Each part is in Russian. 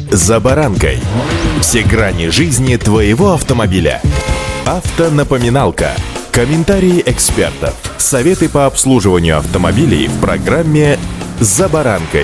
«За баранкой». Все грани жизни твоего автомобиля. Автонапоминалка. Комментарии экспертов. Советы по обслуживанию автомобилей в программе «За баранкой».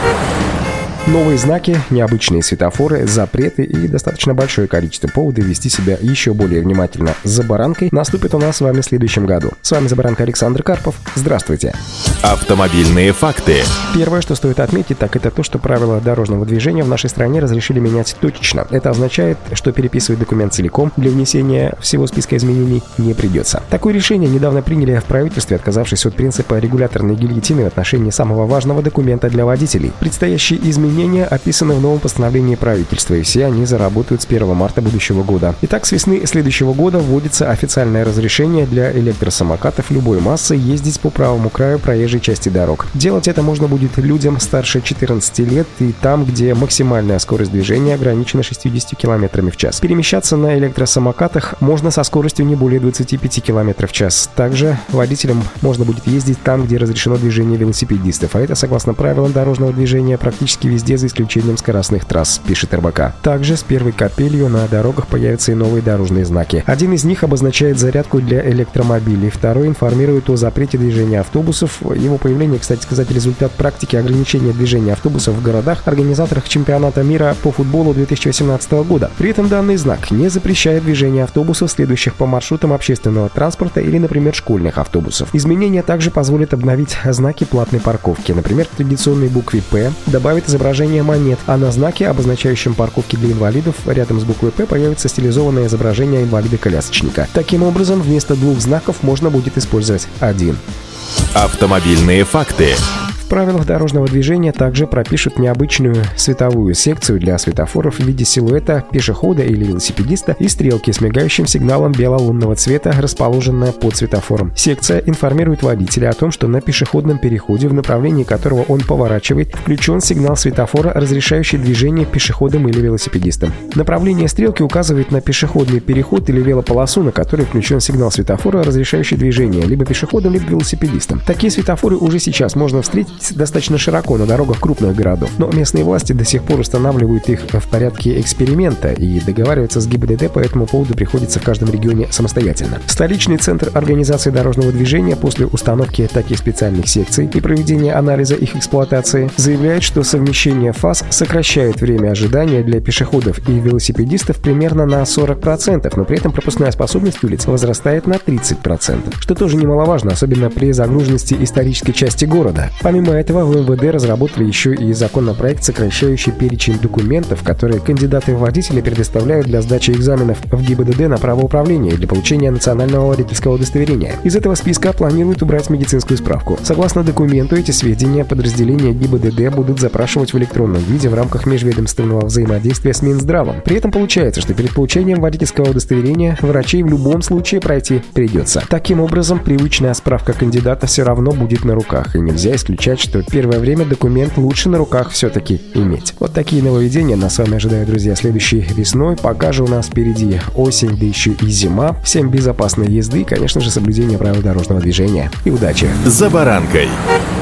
Новые знаки, необычные светофоры, запреты и достаточно большое количество поводов вести себя еще более внимательно за баранкой наступит у нас с вами в следующем году. С вами «За баранкой» Александр Карпов. Здравствуйте. Автомобильные факты. Первое, что стоит отметить, так это то, что правила дорожного движения в нашей стране разрешили менять точечно. Это означает, что переписывать документ целиком для внесения всего списка изменений не придется. Такое решение недавно приняли в правительстве, отказавшись от принципа регуляторной гильотины в отношении самого важного документа для водителей. Предстоящие изменения описаны в новом постановлении правительства, и все они заработают с 1 марта будущего года. Итак, с весны следующего года вводится официальное разрешение для электросамокатов любой массы ездить по правому краю проезжей части дорог. Делать это можно будет людям старше 14 лет и там, где максимальная скорость движения ограничена 60 км в час. Перемещаться на электросамокатах можно со скоростью не более 25 км в час. Также водителям можно будет ездить там, где разрешено движение велосипедистов, а это, согласно правилам дорожного движения, практически везде, за исключением скоростных трасс, пишет РБК. Также с первой капелью на дорогах появятся и новые дорожные знаки. Один из них обозначает зарядку для электромобилей, второй информирует о запрете движения автобусов. Его появление, кстати сказать, результат практики ограничения движения автобусов в городах, организаторах чемпионата мира по футболу 2018 года. При этом данный знак не запрещает движение автобусов, следующих по маршрутам общественного транспорта или, например, школьных автобусов. Изменения также позволят обновить знаки платной парковки. Например, к традиционной букве «П» добавит изображение монет, а на знаке, обозначающем парковки для инвалидов, рядом с буквой «П» появится стилизованное изображение инвалида-колясочника. Таким образом, вместо двух знаков можно будет использовать один. Автомобильные факты. В правилах дорожного движения также пропишут необычную световую секцию для светофоров в виде силуэта пешехода или велосипедиста и стрелки с мигающим сигналом белолунного цвета, расположенная под светофором. Секция информирует водителя о том, что на пешеходном переходе, в направлении которого он поворачивает, включен сигнал светофора, разрешающий движение пешеходам или велосипедистам. Направление стрелки указывает на пешеходный переход или велополосу, на которой включен сигнал светофора, разрешающий движение либо пешеходам, либо велосипедистам. Такие светофоры уже сейчас можно встретить достаточно широко на дорогах крупных городов, но местные власти до сих пор устанавливают их в порядке эксперимента, и договариваться с ГИБДД по этому поводу приходится в каждом регионе самостоятельно. Столичный центр организации дорожного движения после установки таких специальных секций и проведения анализа их эксплуатации заявляет, что совмещение фаз сокращает время ожидания для пешеходов и велосипедистов примерно на 40%, но при этом пропускная способность улиц возрастает на 30%, что тоже немаловажно, особенно при загруженности исторической части города. Помимо этого, в МВД разработали еще и законопроект, сокращающий перечень документов, которые кандидаты в водители предоставляют для сдачи экзаменов в ГИБДД на право управления и для получения национального водительского удостоверения. Из этого списка планируют убрать медицинскую справку. Согласно документу, эти сведения подразделения ГИБДД будут запрашивать в электронном виде в рамках межведомственного взаимодействия с Минздравом. При этом получается, что перед получением водительского удостоверения врачей в любом случае пройти придется. Таким образом, привычная справка кандидата все равно будет на руках, и нельзя исключать, что первое время документ лучше на руках все-таки иметь. Вот такие нововведения нас с вами ожидают, друзья, следующей весной. Пока же у нас впереди осень, да еще и зима. Всем безопасной езды и, конечно же, соблюдения правил дорожного движения. И удачи! «За баранкой».